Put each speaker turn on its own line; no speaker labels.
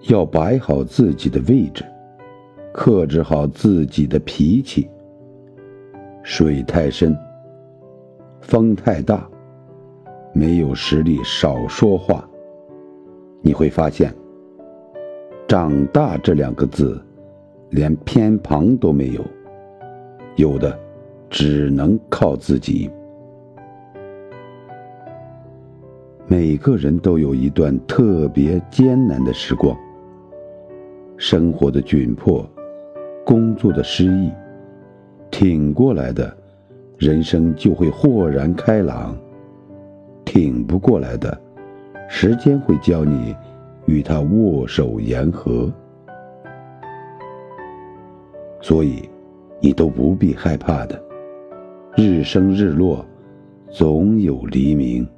要摆好自己的位置，克制好自己的脾气。水太深，风太大，没有实力少说话。你会发现，长大这2个字连偏旁都没有，有的只能靠自己。每个人都有一段特别艰难的时光，生活的窘迫，工作的失意，挺过来的，人生就会豁然开朗；挺不过来的，时间会教你与他握手言和。所以你都不必害怕的，日升日落，总有黎明。